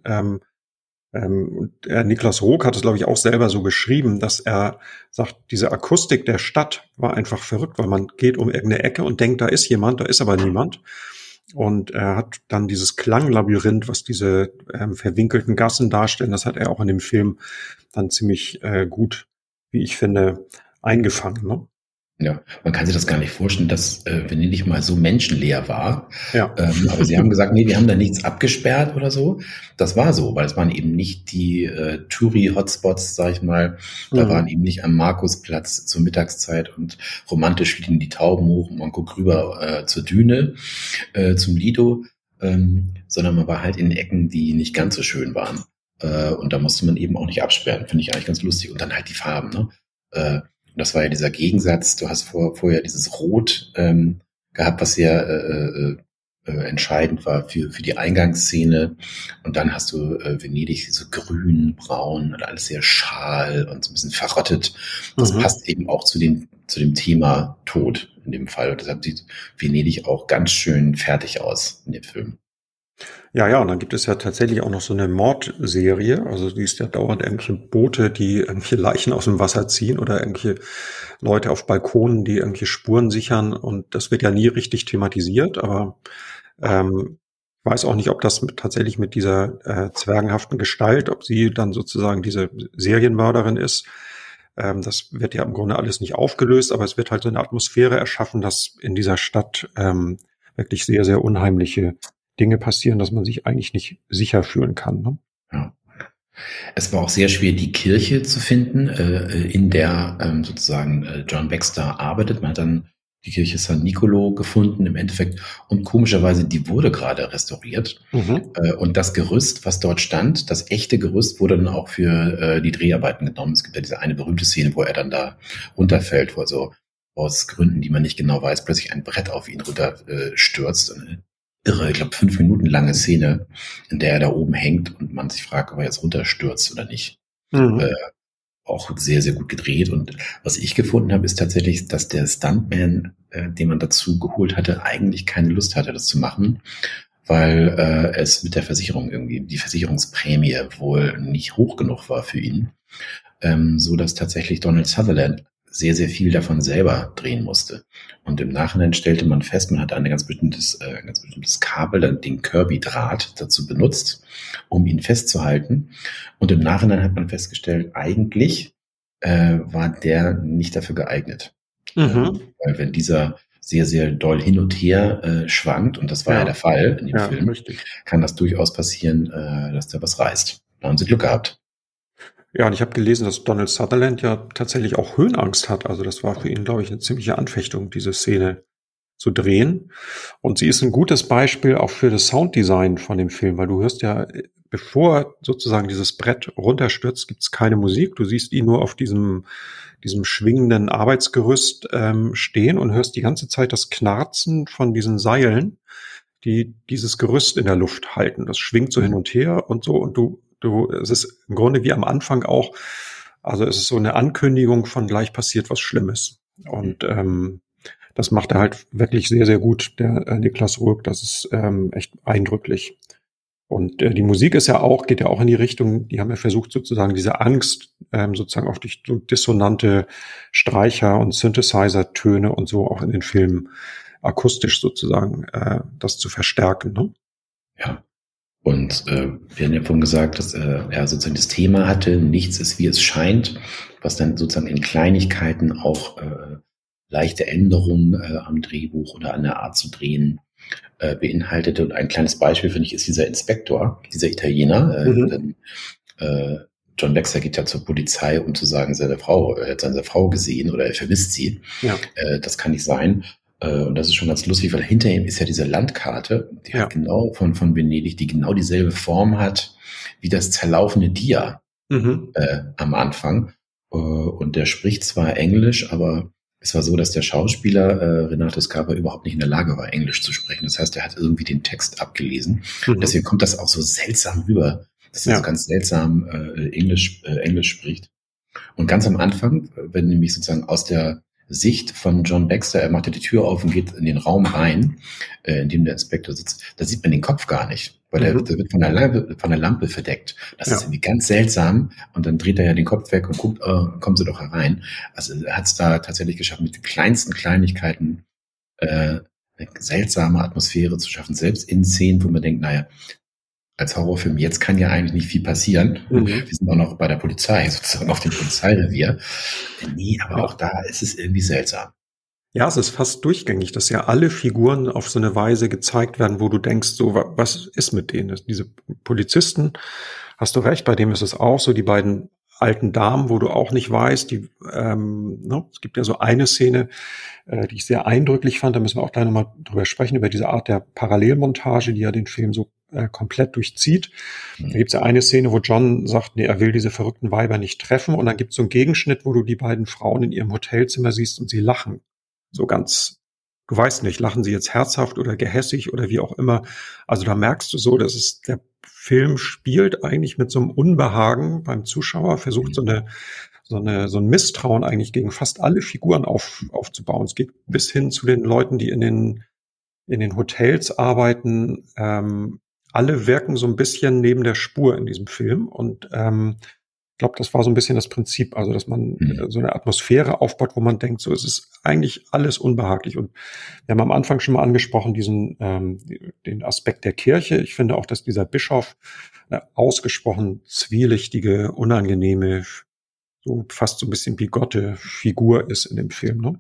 Niklas Roeg hat es, glaube ich, auch selber so geschrieben, dass er sagt, diese Akustik der Stadt war einfach verrückt, weil man geht um irgendeine Ecke und denkt, da ist jemand, da ist aber niemand. Und er hat dann dieses Klanglabyrinth, was diese verwinkelten Gassen darstellen, das hat er auch in dem Film dann ziemlich gut, wie ich finde, eingefangen. Ne? Ja, man kann sich das gar nicht vorstellen, dass Venedig mal so menschenleer war. Ja. Aber sie haben gesagt, nee, wir haben da nichts abgesperrt oder so. Das war so, weil es waren eben nicht die Touri-Hotspots, sag ich mal. Da waren eben nicht am Markusplatz zur Mittagszeit und romantisch fliegen die Tauben hoch und man guckt rüber zur Düne, zum Lido, sondern man war halt in Ecken, die nicht ganz so schön waren. Und da musste man eben auch nicht absperren. Finde ich eigentlich ganz lustig. Und dann halt die Farben, ne? Und das war ja dieser Gegensatz. Du hast vorher dieses Rot gehabt, was sehr entscheidend war für die Eingangsszene. Und dann hast du Venedig so grün, braun und alles sehr schal und so ein bisschen verrottet. Das passt eben auch zu dem Thema Tod in dem Fall. Und deshalb sieht Venedig auch ganz schön fertig aus in dem Film. Ja, und dann gibt es ja tatsächlich auch noch so eine Mordserie. Also die ist ja dauernd irgendwelche Boote, die irgendwelche Leichen aus dem Wasser ziehen oder irgendwelche Leute auf Balkonen, die irgendwelche Spuren sichern. Und das wird ja nie richtig thematisiert. Aber ich weiß auch nicht, ob das tatsächlich mit dieser zwergenhaften Gestalt, ob sie dann sozusagen diese Serienmörderin ist. Das wird ja im Grunde alles nicht aufgelöst, aber es wird halt so eine Atmosphäre erschaffen, dass in dieser Stadt wirklich sehr, sehr unheimliche Dinge passieren, dass man sich eigentlich nicht sicher fühlen kann. Ne? Ja. Es war auch sehr schwer, die Kirche zu finden, in der sozusagen John Baxter arbeitet. Man hat dann die Kirche San Nicolo gefunden im Endeffekt und komischerweise, die wurde gerade restauriert. Und das Gerüst, was dort stand, das echte Gerüst, wurde dann auch für die Dreharbeiten genommen. Es gibt ja diese eine berühmte Szene, wo er dann da runterfällt, wo er so aus Gründen, die man nicht genau weiß, plötzlich ein Brett auf ihn runterstürzt. Irre, ich glaube 5 Minuten lange Szene, in der er da oben hängt und man sich fragt, ob er jetzt runterstürzt oder nicht. Auch sehr, sehr gut gedreht. Und was ich gefunden habe, ist tatsächlich, dass der Stuntman, den man dazu geholt hatte, eigentlich keine Lust hatte, das zu machen, weil es mit der Versicherung irgendwie, die Versicherungsprämie wohl nicht hoch genug war für ihn, so dass tatsächlich Donald Sutherland sehr, sehr viel davon selber drehen musste. Und im Nachhinein stellte man fest, man hat ein ganz bestimmtes Kabel, dann den Kirby-Draht dazu benutzt, um ihn festzuhalten. Und im Nachhinein hat man festgestellt, eigentlich war der nicht dafür geeignet. Weil wenn dieser sehr, sehr doll hin und her schwankt, und das war ja der Fall in dem Film, kann das durchaus passieren, dass der was reißt. Da haben sie Glück gehabt. Ja, und ich habe gelesen, dass Donald Sutherland ja tatsächlich auch Höhenangst hat. Also das war für ihn, glaube ich, eine ziemliche Anfechtung, diese Szene zu drehen. Und sie ist ein gutes Beispiel auch für das Sounddesign von dem Film, weil du hörst ja, bevor sozusagen dieses Brett runterstürzt, gibt's keine Musik. Du siehst ihn nur auf diesem schwingenden Arbeitsgerüst stehen und hörst die ganze Zeit das Knarzen von diesen Seilen, die dieses Gerüst in der Luft halten. Das schwingt so hin und her und so. Und es ist im Grunde wie am Anfang auch, also es ist so eine Ankündigung von gleich passiert was Schlimmes. Und das macht er halt wirklich sehr, sehr gut, der Niklas Roeg. Das ist echt eindrücklich. Und die Musik ist ja auch, geht ja auch in die Richtung, die haben ja versucht sozusagen diese Angst sozusagen auch durch so dissonante Streicher und Synthesizer-Töne und so auch in den Filmen akustisch sozusagen das zu verstärken. Ne? Ja. Und wir haben ja vorhin gesagt, dass er sozusagen das Thema hatte, nichts ist, wie es scheint, was dann sozusagen in Kleinigkeiten auch leichte Änderungen am Drehbuch oder an der Art zu drehen beinhaltete. Und ein kleines Beispiel, finde ich, ist dieser Inspektor, dieser Italiener. Denn, John Baxter geht ja zur Polizei, um zu sagen, er hat seine Frau gesehen oder er vermisst sie. Ja. Das kann nicht sein. Und das ist schon ganz lustig, weil hinter ihm ist ja diese Landkarte, die hat genau von Venedig, die genau dieselbe Form hat wie das zerlaufene Dia am Anfang. Und der spricht zwar Englisch, aber es war so, dass der Schauspieler Renato Scarpa überhaupt nicht in der Lage war, Englisch zu sprechen. Das heißt, er hat irgendwie den Text abgelesen. Deswegen kommt das auch so seltsam rüber, dass er so ganz seltsam Englisch spricht. Und ganz am Anfang, wenn nämlich sozusagen aus der Sicht von John Baxter, er macht ja die Tür auf und geht in den Raum rein, in dem der Inspektor sitzt, da sieht man den Kopf gar nicht, weil der wird von der Lampe verdeckt. Das ist irgendwie ganz seltsam. Und dann dreht er ja den Kopf weg und guckt, kommen Sie doch herein. Also er hat es da tatsächlich geschafft, mit den kleinsten Kleinigkeiten eine seltsame Atmosphäre zu schaffen, selbst in Szenen, wo man denkt, naja, als Horrorfilm, jetzt kann ja eigentlich nicht viel passieren. Wir sind auch noch bei der Polizei, sozusagen auf dem Polizeirevier. Nee, aber auch da ist es irgendwie seltsam. Ja, es ist fast durchgängig, dass ja alle Figuren auf so eine Weise gezeigt werden, wo du denkst, so, was ist mit denen? Diese Polizisten, hast du recht, bei dem ist es auch so, die beiden alten Damen, wo du auch nicht weißt, es gibt ja so eine Szene, die ich sehr eindrücklich fand, da müssen wir auch gleich nochmal drüber sprechen, über diese Art der Parallelmontage, die ja den Film so komplett durchzieht. Da gibt es ja eine Szene, wo John sagt, nee, er will diese verrückten Weiber nicht treffen, und dann gibt es so einen Gegenschnitt, wo du die beiden Frauen in ihrem Hotelzimmer siehst und sie lachen. So ganz, du weißt nicht, lachen sie jetzt herzhaft oder gehässig oder wie auch immer. Also da merkst du so, dass der Film spielt eigentlich mit so einem Unbehagen beim Zuschauer, versucht so ein Misstrauen eigentlich gegen fast alle Figuren aufzubauen. Es geht bis hin zu den Leuten, die in den Hotels arbeiten. Alle wirken so ein bisschen neben der Spur in diesem Film, und ich glaube, das war so ein bisschen das Prinzip, also dass man so eine Atmosphäre aufbaut, wo man denkt, so, es ist eigentlich alles unbehaglich. Und wir haben am Anfang schon mal angesprochen, den Aspekt der Kirche. Ich finde auch, dass dieser Bischof eine ausgesprochen zwielichtige, unangenehme, so fast so ein bisschen bigotte Figur ist in dem Film, ne?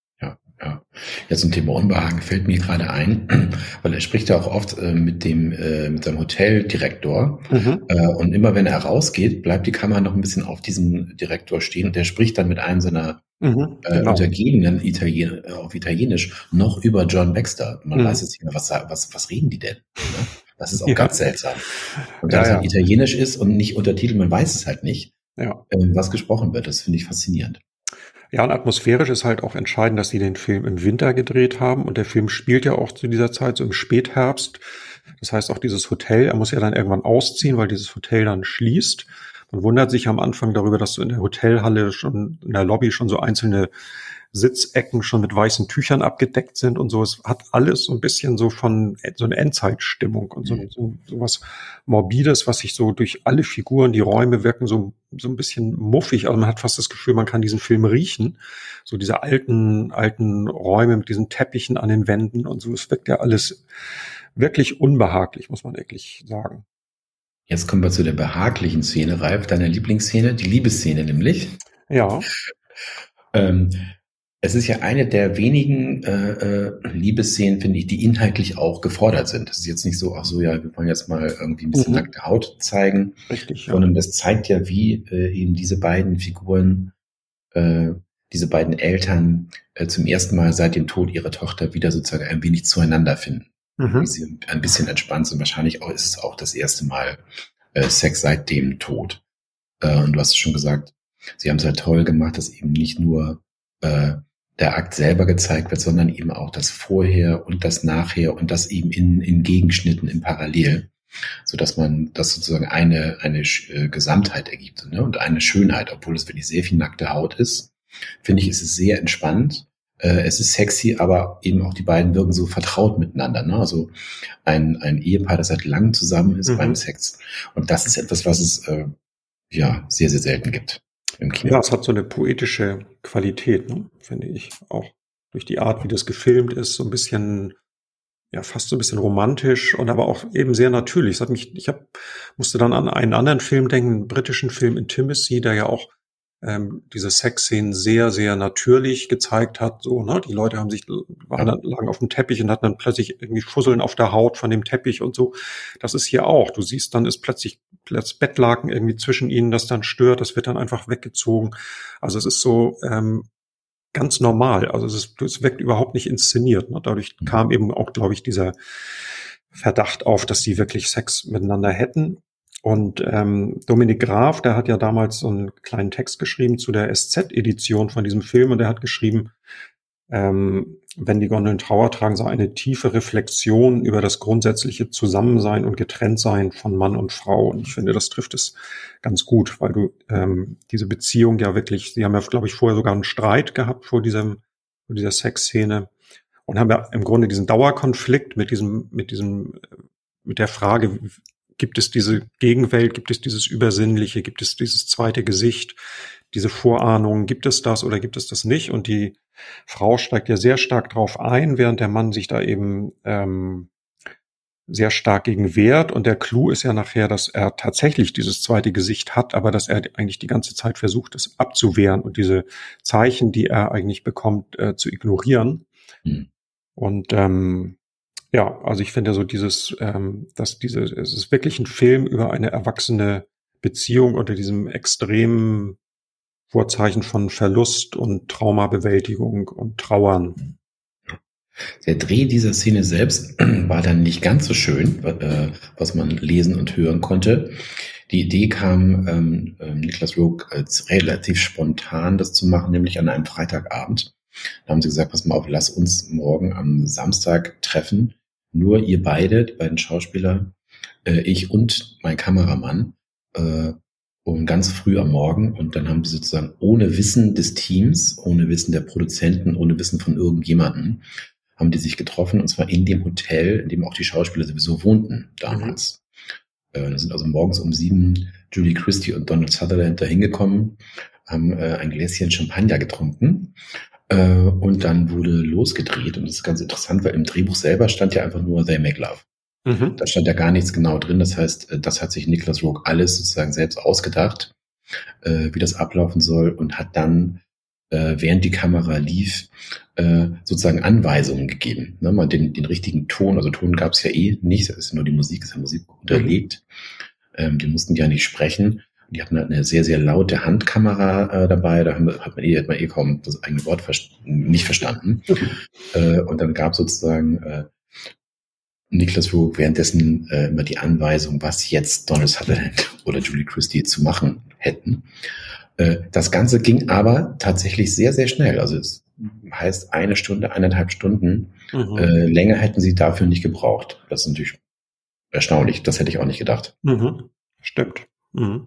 Ja, zum Thema Unbehagen fällt mir gerade ein, weil er spricht ja auch oft mit seinem Hoteldirektor, und immer wenn er rausgeht, bleibt die Kamera noch ein bisschen auf diesem Direktor stehen, und der spricht dann mit einem seiner Untergebenen auf Italienisch noch über John Baxter. Man weiß jetzt nicht mehr, was reden die denn? Ne? Das ist auch ganz seltsam. Und da es halt Italienisch ist und nicht untertitelt, man weiß es halt nicht, was gesprochen wird. Das finde ich faszinierend. Ja, und atmosphärisch ist halt auch entscheidend, dass sie den Film im Winter gedreht haben, und der Film spielt ja auch zu dieser Zeit so im Spätherbst. Das heißt, auch dieses Hotel, er muss ja dann irgendwann ausziehen, weil dieses Hotel dann schließt. Man wundert sich am Anfang darüber, dass so in der Hotelhalle schon, in der Lobby schon so einzelne Sitzecken schon mit weißen Tüchern abgedeckt sind und so. Es hat alles so ein bisschen so von so eine Endzeitstimmung und so was Morbides, was sich so durch alle Figuren, die Räume wirken so ein bisschen muffig. Also man hat fast das Gefühl, man kann diesen Film riechen. So diese alten Räume mit diesen Teppichen an den Wänden und so. Es wirkt ja alles wirklich unbehaglich, muss man wirklich sagen. Jetzt kommen wir zu der behaglichen Szene, Ralf, deiner Lieblingsszene, die Liebesszene nämlich. Ja. Es ist ja eine der wenigen Liebesszenen, finde ich, die inhaltlich auch gefordert sind. Das ist jetzt nicht so, ach so, ja, wir wollen jetzt mal irgendwie ein bisschen nackte Haut zeigen. Richtig, sondern das zeigt ja, wie eben diese beiden Figuren, diese beiden Eltern zum ersten Mal seit dem Tod ihrer Tochter wieder sozusagen ein wenig zueinander finden. Wie sie ein bisschen entspannt sind. Wahrscheinlich ist es auch das erste Mal Sex seit dem Tod. Und du hast es schon gesagt, sie haben es halt toll gemacht, dass eben nicht nur der Akt selber gezeigt wird, sondern eben auch das Vorher und das Nachher und das eben in Gegenschnitten im Parallel, so dass man das sozusagen eine Gesamtheit ergibt, ne? Und eine Schönheit, obwohl es wirklich sehr viel nackte Haut ist, finde ich, ist es sehr entspannt. Es ist sexy, aber eben auch die beiden wirken so vertraut miteinander, ne? Also ein Ehepaar, das seit langem zusammen ist beim Sex. Und das ist etwas, was es sehr, sehr selten gibt im Kino. Ja, es hat so eine poetische Qualität, ne, finde ich. Auch durch die Art, wie das gefilmt ist, so ein bisschen, ja, fast so ein bisschen romantisch und aber auch eben sehr natürlich. Musste dann an einen anderen Film denken, einen britischen Film Intimacy, der ja auch diese Sexszenen sehr, sehr natürlich gezeigt hat. So, ne? Die Leute lagen auf dem Teppich und hatten dann plötzlich irgendwie Fusseln auf der Haut von dem Teppich und so. Das ist hier auch. Du siehst, dann ist plötzlich das Bettlaken irgendwie zwischen ihnen, das dann stört. Das wird dann einfach weggezogen. Also es ist so ganz normal. Also es wirkt überhaupt nicht inszeniert. Ne? Dadurch kam eben auch, glaube ich, dieser Verdacht auf, dass sie wirklich Sex miteinander hätten. Und Dominik Graf, der hat ja damals so einen kleinen Text geschrieben zu der SZ-Edition von diesem Film, und der hat geschrieben, wenn die Gondeln Trauer tragen, so eine tiefe Reflexion über das grundsätzliche Zusammensein und Getrenntsein von Mann und Frau. Und ich finde, das trifft es ganz gut, weil du diese Beziehung ja wirklich, sie haben ja, glaube ich, vorher sogar einen Streit gehabt vor dieser Sexszene und haben ja im Grunde diesen Dauerkonflikt mit der Frage, gibt es diese Gegenwelt, gibt es dieses Übersinnliche, gibt es dieses zweite Gesicht, diese Vorahnung, gibt es das oder gibt es das nicht? Und die Frau steigt ja sehr stark drauf ein, während der Mann sich da eben sehr stark gegen wehrt. Und der Clou ist ja nachher, dass er tatsächlich dieses zweite Gesicht hat, aber dass er eigentlich die ganze Zeit versucht, es abzuwehren und diese Zeichen, die er eigentlich bekommt, zu ignorieren. Mhm. Und ja, also ich finde so es ist wirklich ein Film über eine erwachsene Beziehung unter diesem extremen Vorzeichen von Verlust und Traumabewältigung und Trauern. Der Dreh dieser Szene selbst war dann nicht ganz so schön, was man lesen und hören konnte. Die Idee kam Nicolas Roeg als relativ spontan, das zu machen, nämlich an einem Freitagabend. Da haben sie gesagt, pass mal auf, lass uns morgen am Samstag treffen. Nur ihr beide, die beiden Schauspieler, ich und mein Kameramann, um ganz früh am Morgen. Und dann haben sie sozusagen ohne Wissen des Teams, ohne Wissen der Produzenten, ohne Wissen von irgendjemandem, haben die sich getroffen, und zwar in dem Hotel, in dem auch die Schauspieler sowieso wohnten damals. Da sind also morgens um 7 Julie Christie und Donald Sutherland da hingekommen, haben ein Gläschen Champagner getrunken. Und dann wurde losgedreht. Und das ist ganz interessant, weil im Drehbuch selber stand ja einfach nur They Make Love. Mhm. Da stand ja gar nichts genau drin. Das heißt, das hat sich Nicolas Roeg alles sozusagen selbst ausgedacht, wie das ablaufen soll, und hat dann, während die Kamera lief, sozusagen Anweisungen gegeben. Ne, mal den richtigen Ton, also Ton gab es ja nicht, das ist nur die Musik, ist ja Musik unterlegt. Die mussten ja nicht sprechen. Die hatten halt eine sehr, sehr laute Handkamera dabei, da hat man kaum das eigene Wort nicht verstanden. Und dann gab sozusagen Nicolas Roeg währenddessen immer die Anweisung, was jetzt Donald Sutherland oder Julie Christie zu machen hätten. Das Ganze ging aber tatsächlich sehr, sehr schnell. Also es heißt 1 Stunde, 1,5 Stunden. Länger hätten sie dafür nicht gebraucht. Das ist natürlich erstaunlich. Das hätte ich auch nicht gedacht. Mhm. Stimmt. Mhm.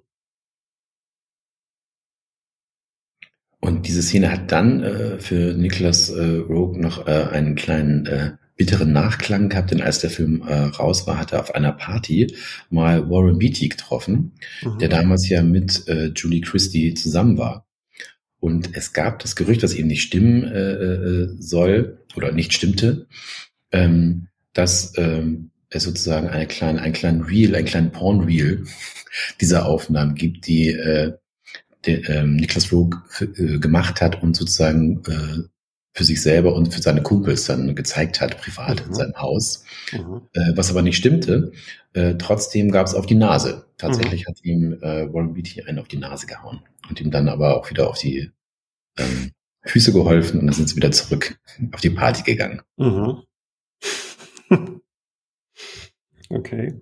Und diese Szene hat dann für Nicolas Roeg noch einen kleinen bitteren Nachklang gehabt, denn als der Film raus war, hat er auf einer Party mal Warren Beatty getroffen, der damals ja mit Julie Christie zusammen war. Und es gab das Gerücht, das eben nicht stimmen soll oder nicht stimmte, dass es sozusagen einen kleinen Porn-Reel dieser Aufnahmen gibt, die Nicolas Roeg gemacht hat und sozusagen für sich selber und für seine Kumpels dann gezeigt hat, privat in seinem Haus. Was aber nicht stimmte. Trotzdem gab es auf die Nase. Tatsächlich hat ihm Warren Beatty einen auf die Nase gehauen und ihm dann aber auch wieder auf die Füße geholfen, und dann sind sie wieder zurück auf die Party gegangen. Okay.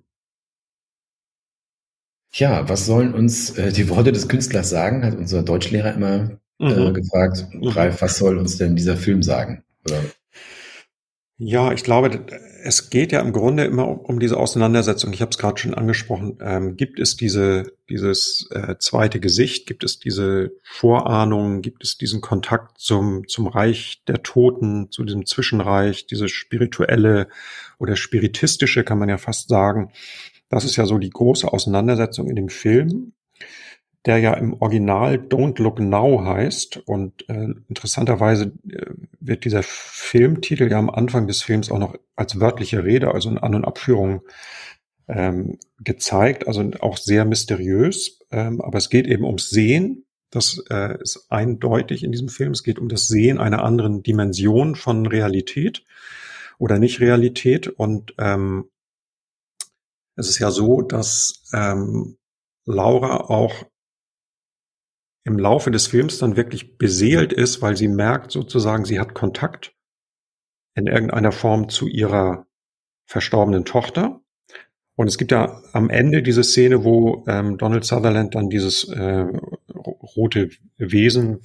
Ja, was sollen uns die Worte des Künstlers sagen, hat unser Deutschlehrer immer gefragt. Ralf, was soll uns denn dieser Film sagen? Oder? Ja, ich glaube, es geht ja im Grunde immer um diese Auseinandersetzung. Ich habe es gerade schon angesprochen. Gibt es dieses zweite Gesicht? Gibt es diese Vorahnung? Gibt es diesen Kontakt zum Reich der Toten, zu diesem Zwischenreich, dieses spirituelle oder spiritistische, kann man ja fast sagen. Das ist ja so die große Auseinandersetzung in dem Film, der ja im Original Don't Look Now heißt. Und interessanterweise wird dieser Filmtitel ja am Anfang des Films auch noch als wörtliche Rede, also in An- und Abführung gezeigt, also auch sehr mysteriös. Aber es geht eben ums Sehen. Das ist eindeutig in diesem Film. Es geht um das Sehen einer anderen Dimension von Realität oder Nicht-Realität. Und es ist ja so, dass Laura auch im Laufe des Films dann wirklich beseelt ist, weil sie merkt sozusagen, sie hat Kontakt in irgendeiner Form zu ihrer verstorbenen Tochter. Und es gibt ja am Ende diese Szene, wo Donald Sutherland dann dieses rote Wesen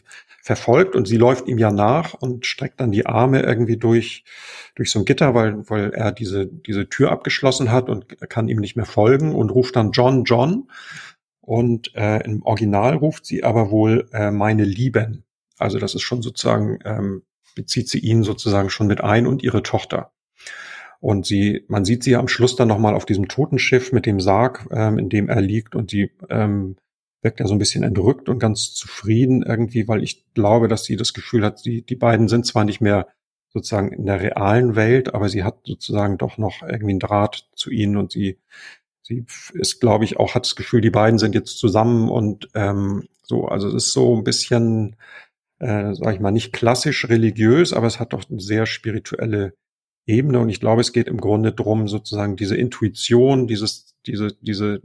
verfolgt und sie läuft ihm ja nach und streckt dann die Arme irgendwie durch so ein Gitter, weil er diese Tür abgeschlossen hat und kann ihm nicht mehr folgen und ruft dann John, John. Und im Original ruft sie aber wohl meine Lieben. Also das ist schon sozusagen, bezieht sie ihn sozusagen schon mit ein und ihre Tochter. Und man sieht sie am Schluss dann nochmal auf diesem Totenschiff mit dem Sarg, in dem er liegt, und sie wirkt ja so ein bisschen entrückt und ganz zufrieden irgendwie, weil ich glaube, dass sie das Gefühl hat, die beiden sind zwar nicht mehr sozusagen in der realen Welt, aber sie hat sozusagen doch noch irgendwie einen Draht zu ihnen, und sie ist, glaube ich, auch, hat das Gefühl, die beiden sind jetzt zusammen und so, also es ist so ein bisschen, sag ich mal, nicht klassisch religiös, aber es hat doch eine sehr spirituelle Ebene, und ich glaube, es geht im Grunde drum, sozusagen diese Intuition, diese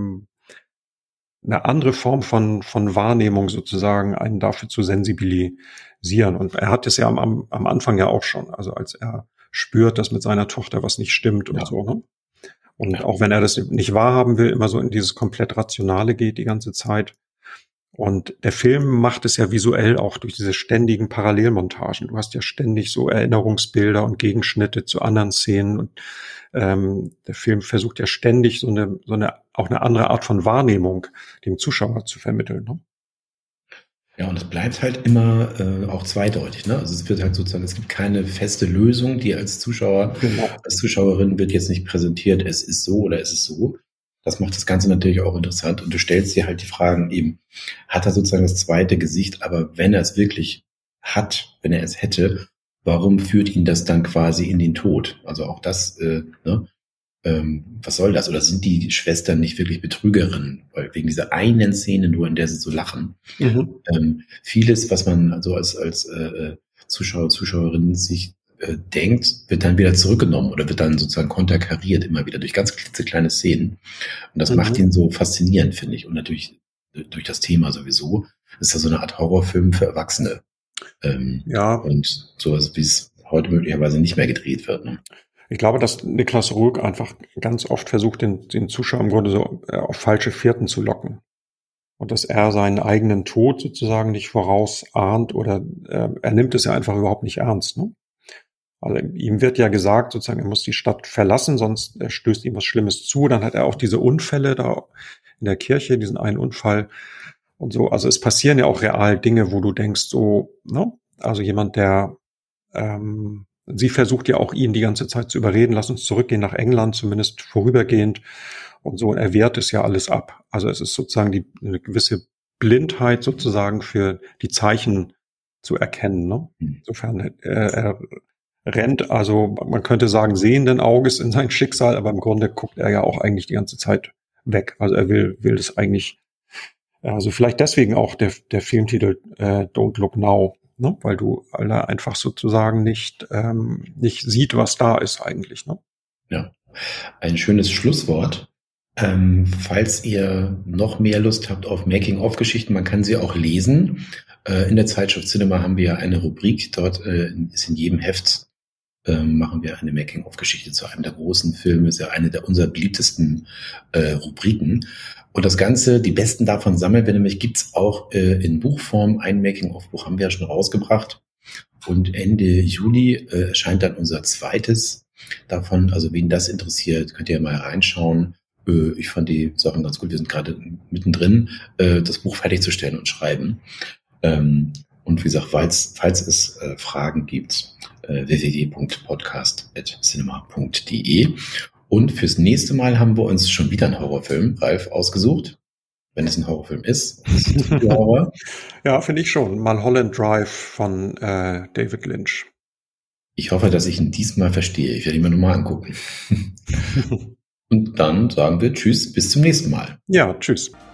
eine andere Form von Wahrnehmung sozusagen, einen dafür zu sensibilisieren. Und er hat es ja am Anfang ja auch schon, also als er spürt, dass mit seiner Tochter was nicht stimmt und so, ne? Und auch wenn er das nicht wahrhaben will, immer so in dieses komplett Rationale geht die ganze Zeit. Und der Film macht es ja visuell auch durch diese ständigen Parallelmontagen. Du hast ja ständig so Erinnerungsbilder und Gegenschnitte zu anderen Szenen. Und der Film versucht ja ständig auch eine andere Art von Wahrnehmung dem Zuschauer zu vermitteln, ne? Ja, und es bleibt halt immer auch zweideutig, ne? Also es wird halt sozusagen, es gibt keine feste Lösung, die als Zuschauer, als Zuschauerin wird jetzt nicht präsentiert, es ist so oder es ist so. Das macht das Ganze natürlich auch interessant, und du stellst dir halt die Fragen eben, hat er sozusagen das zweite Gesicht, aber wenn er es wirklich hat, wenn er es hätte, warum führt ihn das dann quasi in den Tod? Also auch das, ne? Was soll das? Oder sind die Schwestern nicht wirklich Betrügerinnen? Weil wegen dieser einen Szene nur, in der sie so lachen. Vieles, was man also als Zuschauer, Zuschauerin sich denkt, wird dann wieder zurückgenommen oder wird dann sozusagen konterkariert, immer wieder durch ganz klitzekleine Szenen. Und das macht ihn so faszinierend, finde ich. Und natürlich durch das Thema sowieso. Ist ja so eine Art Horrorfilm für Erwachsene. Ja. Und sowas, wie es heute möglicherweise nicht mehr gedreht wird, ne? Ich glaube, dass Niklas Roeg einfach ganz oft versucht, den Zuschauer im Grunde so auf falsche Fährten zu locken. Und dass er seinen eigenen Tod sozusagen nicht vorausahnt, oder er nimmt es ja einfach überhaupt nicht ernst, ne? Also ihm wird ja gesagt, sozusagen, er muss die Stadt verlassen, sonst stößt ihm was Schlimmes zu. Dann hat er auch diese Unfälle da in der Kirche, diesen einen Unfall und so. Also es passieren ja auch real Dinge, wo du denkst, so, ne? Also jemand, der sie versucht ja auch, ihn die ganze Zeit zu überreden, lass uns zurückgehen nach England, zumindest vorübergehend und so. Und er wehrt es ja alles ab. Also es ist sozusagen eine gewisse Blindheit sozusagen für die Zeichen zu erkennen, ne? Insofern er rennt, also man könnte sagen, sehenden Auges in sein Schicksal, aber im Grunde guckt er ja auch eigentlich die ganze Zeit weg. Also er will das eigentlich, also vielleicht deswegen auch der Filmtitel Don't Look Now, ne? Weil er einfach sozusagen nicht sieht, was da ist eigentlich, ne? Ja, ein schönes Schlusswort. Falls ihr noch mehr Lust habt auf Making-of-Geschichten, man kann sie auch lesen. In der Zeitschrift Cinema haben wir ja eine Rubrik, dort ist in jedem Heft machen wir eine Making-of-Geschichte zu einem der großen Filme, ist ja eine unserer beliebtesten Rubriken. Und das Ganze, die besten davon sammeln wir nämlich, gibt's auch in Buchform. Ein Making-of-Buch haben wir ja schon rausgebracht. Und Ende Juli erscheint dann unser zweites davon. Also wen das interessiert, könnt ihr mal reinschauen. Ich fand die Sachen ganz gut. Wir sind gerade mittendrin, das Buch fertigzustellen und schreiben. Und wie gesagt, falls es Fragen gibt, www.podcast@cinema.de. Und fürs nächste Mal haben wir uns schon wieder einen Horrorfilm, Ralf, ausgesucht. Wenn es ein Horrorfilm ist. Horror. Ja, finde ich schon. Mulholland Drive von David Lynch. Ich hoffe, dass ich ihn diesmal verstehe. Ich werde ihn mir nochmal angucken. Und dann sagen wir Tschüss, bis zum nächsten Mal. Ja, tschüss.